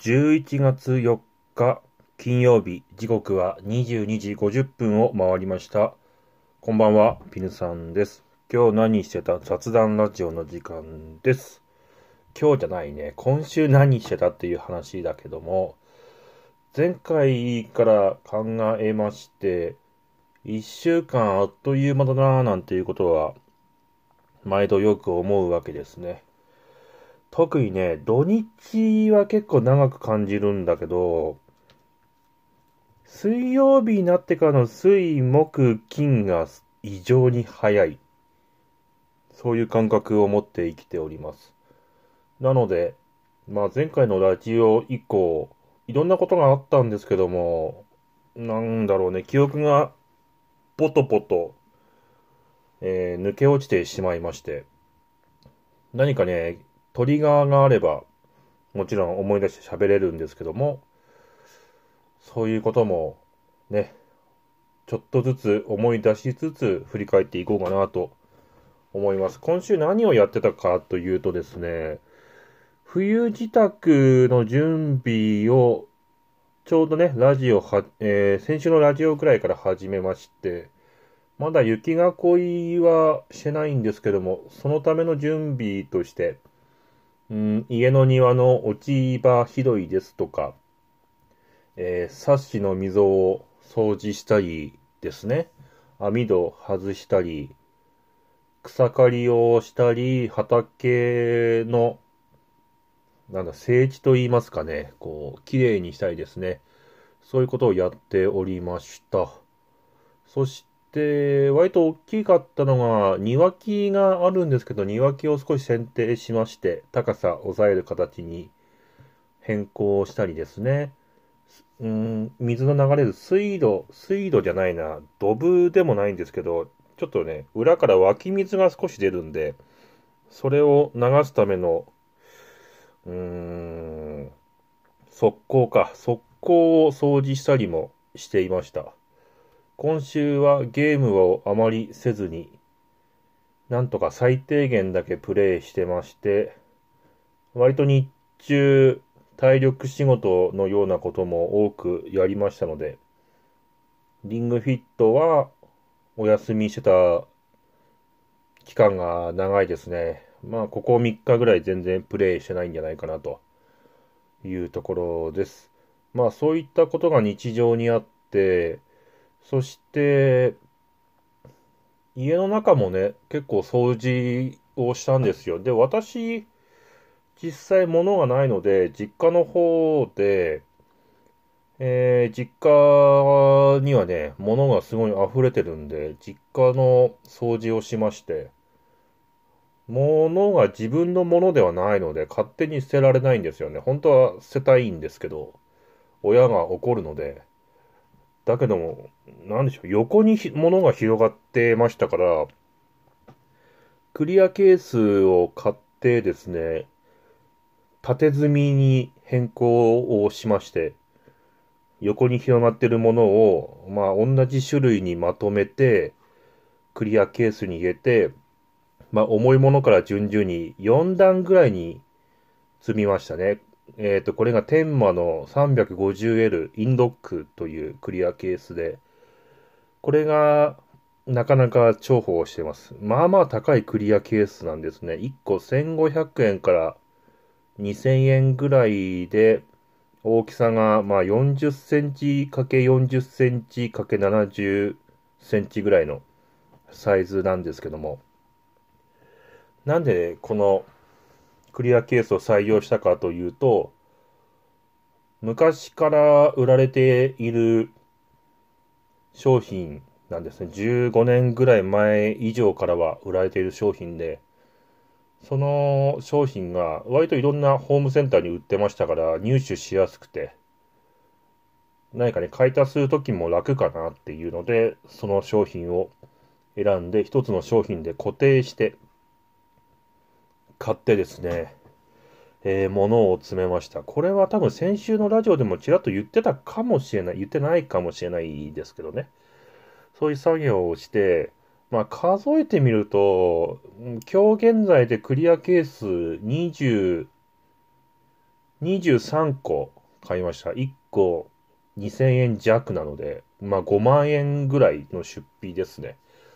11月4日金曜日、時刻は22時50分を回りました。こんばんは、ピヌさんです。今日何してた雑談ラジオの時間です。今日じゃないね、今週何してたっていう話だけども、前回から考えまして、1週間あっという間だなぁなんていうことは、毎度よく思うわけですね。特にね、土日は結構長く感じるんだけど、水曜日になってからの水木金が異常に早い。そういう感覚を持って生きております。なので、前回のラジオ以降、いろんなことがあったんですけども、なんだろうね、記憶がポトポト、抜け落ちてしまいまして、何かね、トリガーがあれば、もちろん思い出して喋れるんですけども、そういうこともね、ちょっとずつ思い出しつつ振り返っていこうかなと思います。今週何をやってたかというとですね、冬支度の準備をちょうどね、ラジオは、先週のラジオくらいから始めまして、まだ雪囲いはしてないんですけども、そのための準備として、家の庭の落ち葉拾いですとか、サッシの溝を掃除したりですね。網戸外したり、草刈りをしたり、畑の、整地と言いますかね。綺麗にしたりですね。そういうことをやっておりました。そして、割と大きかったのが、庭木があるんですけど、庭木を少し剪定しまして、高さを抑える形に変更したりですね。水の流れる水路じゃないな、ドブでもないんですけど、ちょっとね、裏から湧き水が少し出るんで、それを流すための、うーん、側溝を掃除したりもしていました。今週はゲームをあまりせずに、なんとか最低限だけプレイしてまして、割と日中、体力仕事のようなことも多くやりましたので、リングフィットはお休みしてた期間が長いですね。ここ3日ぐらい全然プレイしてないんじゃないかなというところです。そういったことが日常にあって、そして、家の中もね、結構掃除をしたんですよ。で、私、実際物がないので、実家の方で、実家にはね、物がすごい溢れてるんで、実家の掃除をしまして、物が自分のものではないので、勝手に捨てられないんですよね。本当は捨てたいんですけど、親が怒るので、だけども、なんでしょう、横に物が広がってましたから、クリアケースを買ってですね、縦積みに変更をしまして、横に広がってるものを、同じ種類にまとめて、クリアケースに入れて、重いものから順々に4段ぐらいに積みましたね。これが天馬の 350L インドックというクリアケースで、これがなかなか重宝してます。高いクリアケースなんですね。1個1500円から2000円ぐらいで、大きさが40センチ ×40 センチ ×70 センチぐらいのサイズなんですけども、なんでこのクリアケースを採用したかというと、昔から売られている商品なんですね。15年ぐらい前以上からは売られている商品で、その商品が割といろんなホームセンターに売ってましたから入手しやすくて、何かね、買い足す時も楽かなっていうので、その商品を選んで一つの商品で固定して買ってですね、物を詰めました。これは多分先週のラジオでもちらっと言ってたかもしれない、言ってないかもしれないですけどね。そういう作業をして、数えてみると、今日現在でクリアケース20、 23個買いました。1個2000円弱なので、まあ5万円ぐらいの出費ですね。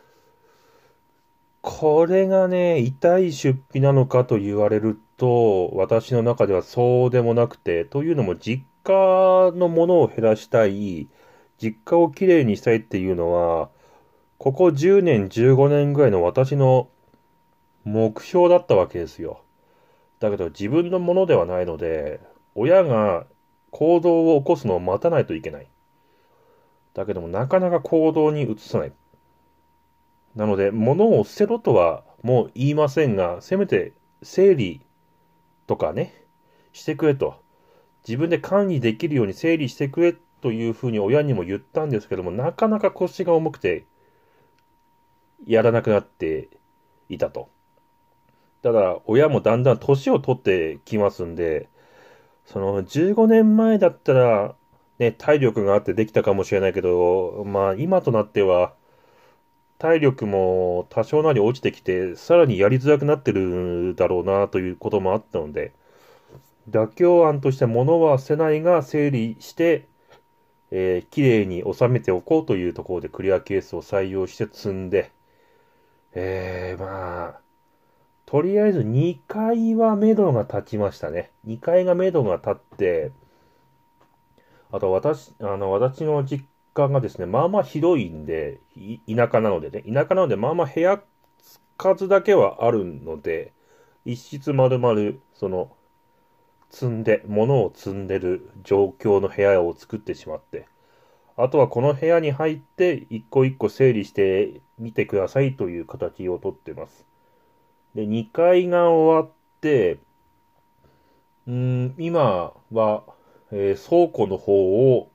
これがね、痛い出費なのかと言われると、私の中ではそうでもなくて、というのも実家のものを減らしたい、実家をきれいにしたいっていうのは、ここ10年、15年ぐらいの私の目標だったわけですよ。だけど自分のものではないので、親が行動を起こすのを待たないといけない。だけどもなかなか行動に移さない。なので、物を捨てろとはもう言いませんが、せめて整理とかね、してくれと。自分で管理できるように整理してくれというふうに親にも言ったんですけども、なかなか腰が重くて、やらなくなっていたと。ただ、親もだんだん年を取ってきますんで、その15年前だったら、ね、体力があってできたかもしれないけど、まあ今となっては、体力も多少なり落ちてきて、さらにやりづらくなってるだろうなということもあったので、妥協案として物は捨てないが整理して、きれいに収めておこうというところでクリアケースを採用して積んで、まあ、とりあえず2階は目処が立ちましたね。2階が目処が立って、あと私の実家がですね、まあまあ広いんで、田舎なのでね、田舎なので、まあまあ部屋数だけはあるので、一室丸々、物を積んでる状況の部屋を作ってしまって、あとはこの部屋に入って一個一個整理してみてくださいという形をとってます。で、2階が終わって、今は、倉庫の方を、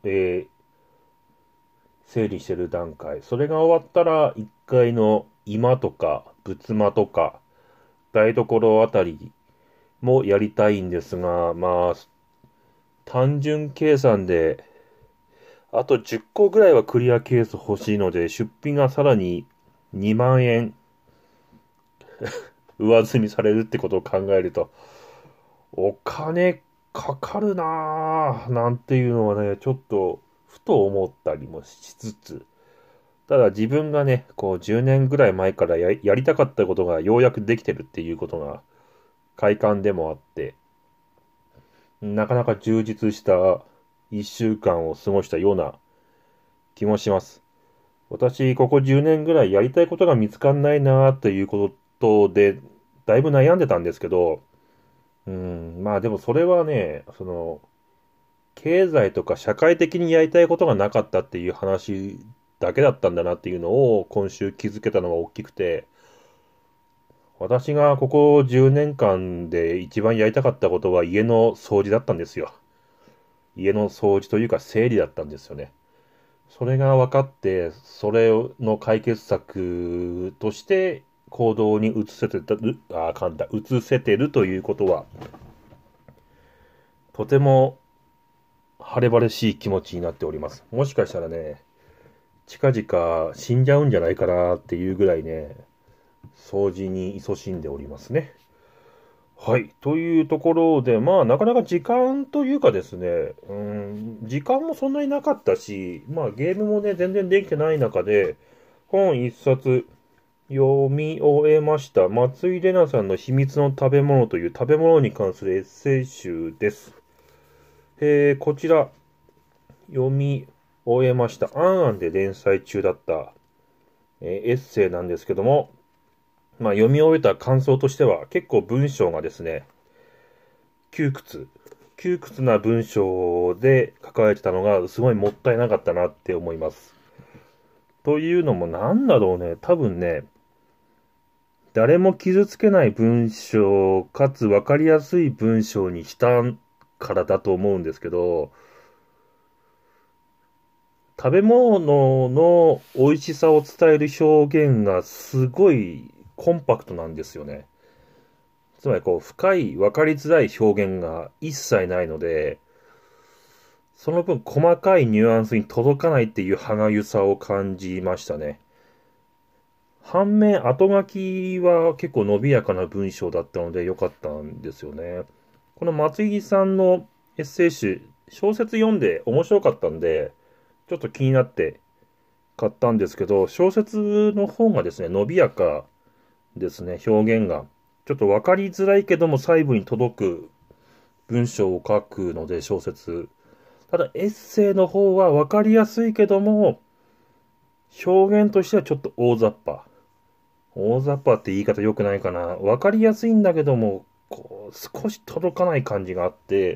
整理してる段階。それが終わったら、1階の居間とか、仏間とか、台所あたりもやりたいんですが、まあ、単純計算で、あと10個ぐらいはクリアケース欲しいので、出費がさらに2万円上積みされるってことを考えると、お金かかるなぁ、なんていうのはね、ちょっと、ふと思ったりもしつつ、ただ自分がね、こう10年ぐらい前からやりたかったことがようやくできてるっていうことが快感でもあって、なかなか充実した1週間を過ごしたような気もします。私、ここ10年ぐらいやりたいことが見つかんないなということで、だいぶ悩んでたんですけど、まあでもそれはね、経済とか社会的にやりたいことがなかったっていう話だけだったんだなっていうのを今週気づけたのが大きくて、私がここ10年間で一番やりたかったことは家の掃除だったんですよ。家の掃除というか整理だったんですよね。それが分かって、それの解決策として行動に移せてる、移せてるということは、とても晴れ晴れしい気持ちになっております。もしかしたらね、近々死んじゃうんじゃないかなっていうぐらいね、掃除に勤しんでおりますね。はい。というところで、まあ、なかなか時間というかですね、時間もそんなになかったし、まあ、ゲームもね、全然できてない中で、本一冊読み終えました。松井玲奈さんの秘密の食べ物という食べ物に関するエッセイ集です。こちら、読み終えました。アンアンで連載中だった、エッセイなんですけども、まあ、読み終えた感想としては、結構文章がですね、窮屈。窮屈な文章で書かれてたのが、すごいもったいなかったなって思います。というのも、なんだろうね、多分ね、誰も傷つけない文章、かつ分かりやすい文章にしたからだと思うんですけど、食べ物の美味しさを伝える表現がすごいコンパクトなんですよね。つまり深い分かりづらい表現が一切ないので、その分細かいニュアンスに届かないっていう歯がゆさを感じましたね。反面、後書きは結構伸びやかな文章だったので良かったんですよね。 この松井さんのエッセイ集、小説読んで面白かったんで、ちょっと気になって買ったんですけど、小説の方がですね、伸びやかですね、表現が。ちょっとわかりづらいけども細部に届く文章を書くので、小説。ただ、エッセイの方はわかりやすいけども、表現としてはちょっと大雑把。大雑把って言い方良くないかな。わかりやすいんだけども、こう、少し届かない感じがあって、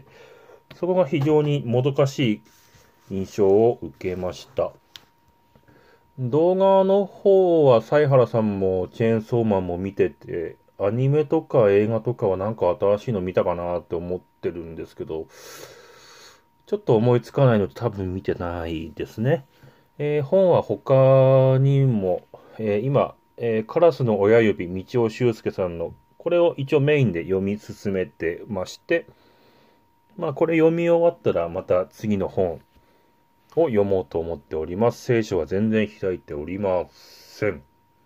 そこが非常にもどかしい印象を受けました。動画の方は、犀原さんもチェーンソーマンも見てて、アニメとか映画とかはなんか新しいの見たかなって思ってるんですけど、ちょっと思いつかないので多分見てないですね。本は他にも、今、カラスの親指、道尾修介さんの、これを一応メインで読み進めてまして、まあこれ読み終わったらまた次の本を読もうと思っております。聖書は全然開いておりません。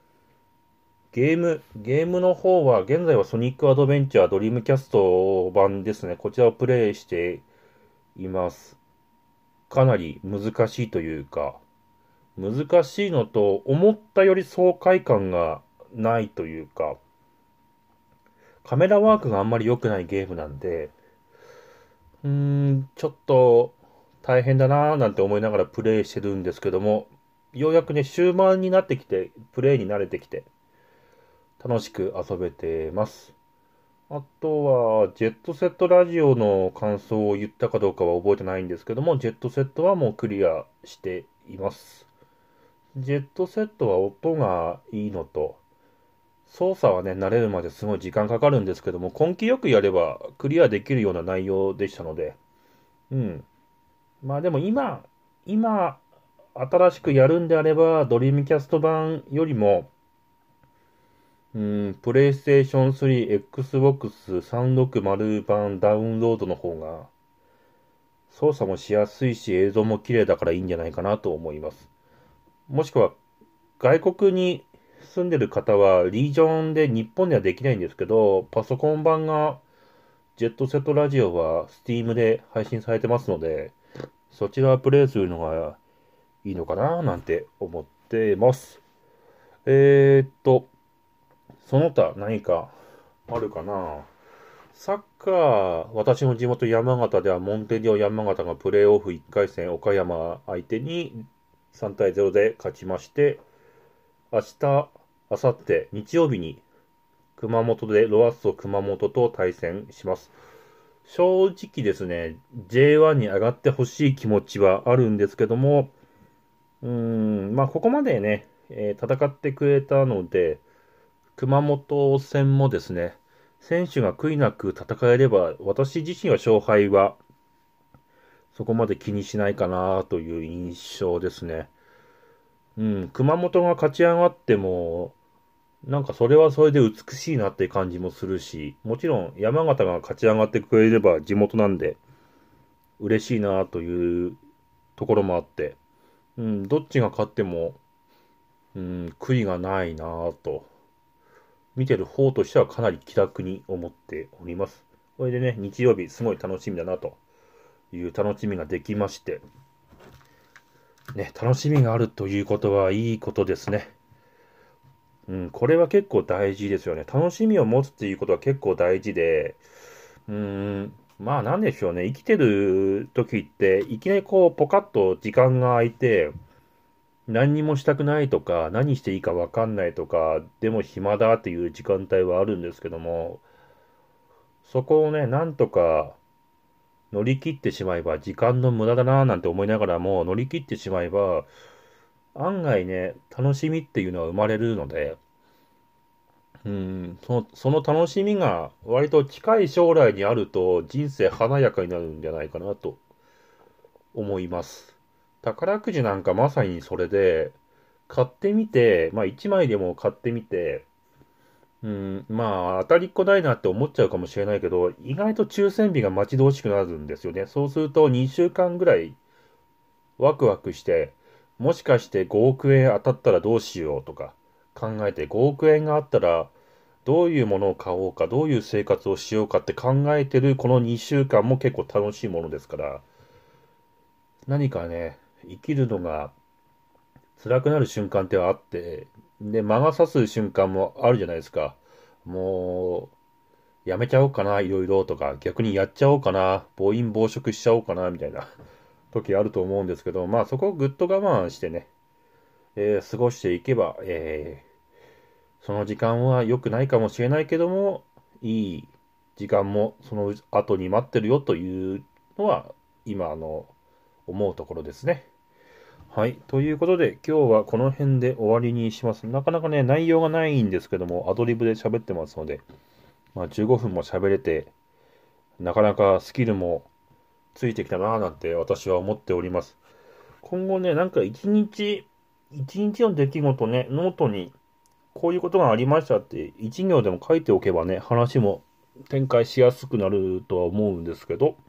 ゲームの方は、現在はソニックアドベンチャードリームキャスト版ですね。こちらをプレイしています。かなり難しいというか、難しいのと、思ったより爽快感がないというか、カメラワークがあんまり良くないゲームなんで、ちょっと大変だなーなんて思いながらプレイしてるんですけども、ようやくね、終盤になってきて、プレイに慣れてきて、楽しく遊べてます。あとは、ジェットセットラジオの感想を言ったかどうかは覚えてないんですけども、ジェットセットはもうクリアしています。ジェットセットは音がいいのと、操作はね、慣れるまですごい時間かかるんですけども、根気よくやればクリアできるような内容でしたので、うん。まあでも今、新しくやるんであれば、ドリームキャスト版よりも、プレイステーション3、Xbox 360版ダウンロードの方が、操作もしやすいし、映像も綺麗だからいいんじゃないかなと思います。もしくは、外国に住んでる方は、リージョンで日本ではできないんですけど、パソコン版が、ジェットセットラジオは Steam で配信されてますので、そちらをプレイするのがいいのかななんて思ってます。その他何かあるかな。サッカー、私の地元山形ではモンテディオ山形がプレーオフ1回戦岡山相手に3対0で勝ちまして、明日、明後日、日曜日に熊本でロアッソ熊本と対戦します。正直ですね、J1 に上がってほしい気持ちはあるんですけども、まあここまでね、戦ってくれたので、熊本戦もですね、選手が悔いなく戦えれば、私自身は勝敗はそこまで気にしないかなという印象ですね。熊本が勝ち上がっても、なんかそれはそれで美しいなって感じもするし、もちろん山形が勝ち上がってくれれば地元なんで嬉しいなというところもあって、どっちが勝っても、悔いがないなと、見てる方としてはかなり気楽に思っております。これでね、日曜日すごい楽しみだなという楽しみができまして、ね、楽しみがあるということはいいことですね。これは結構大事ですよね。楽しみを持つっていうことは結構大事で、まあなんでしょうね。生きてる時って、いきなりこう、ポカッと時間が空いて、何にもしたくないとか、何していいかわかんないとか、でも暇だっていう時間帯はあるんですけども、そこをね、なんとか乗り切ってしまえば、時間の無駄だなぁなんて思いながらも、乗り切ってしまえば、案外ね、楽しみっていうのは生まれるので、その楽しみが割と近い将来にあると人生華やかになるんじゃないかなと思います。宝くじなんかまさにそれで、買ってみて、まあ1枚でも買ってみて、まあ当たりっこないなって思っちゃうかもしれないけど、意外と抽選日が待ち遠しくなるんですよね。そうすると2週間ぐらいワクワクして、もしかして5億円当たったらどうしようとか考えて5億円があったらどういうものを買おうか、どういう生活をしようかって考えてるこの2週間も結構楽しいものですから、何かね、生きるのが辛くなる瞬間ってはあって、で、魔が差す瞬間もあるじゃないですか。もう、やめちゃおうかな、いろいろとか、逆にやっちゃおうかな、暴飲暴食しちゃおうかな、みたいな時あると思うんですけど、まあそこをぐっと我慢してね、過ごしていけば、その時間は良くないかもしれないけども、いい時間もその後に待ってるよというのは、今思うところですね。はい。ということで、今日はこの辺で終わりにします。なかなかね、内容がないんですけども、アドリブで喋ってますので、まあ、15分も喋れて、なかなかスキルもついてきたなぁなんて私は思っております。今後ね、なんか一日の出来事ね、ノートにこういうことがありましたって一行でも書いておけばね、話も展開しやすくなるとは思うんですけど、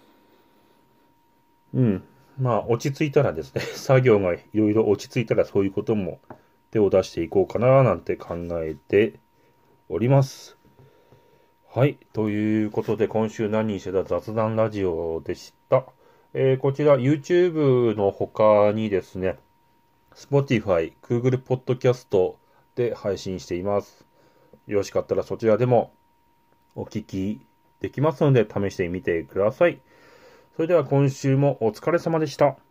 うん。まあ、落ち着いたらですね、作業がいろいろ落ち着いたらそういうことも手を出していこうかななんて考えております。はい。ということで、今週何にしてた雑談ラジオでした。こちら YouTube の他にですね、Spotify、Google Podcast で配信しています。よろしかったらそちらでもお聞きできますので試してみてください。それでは今週もお疲れ様でした。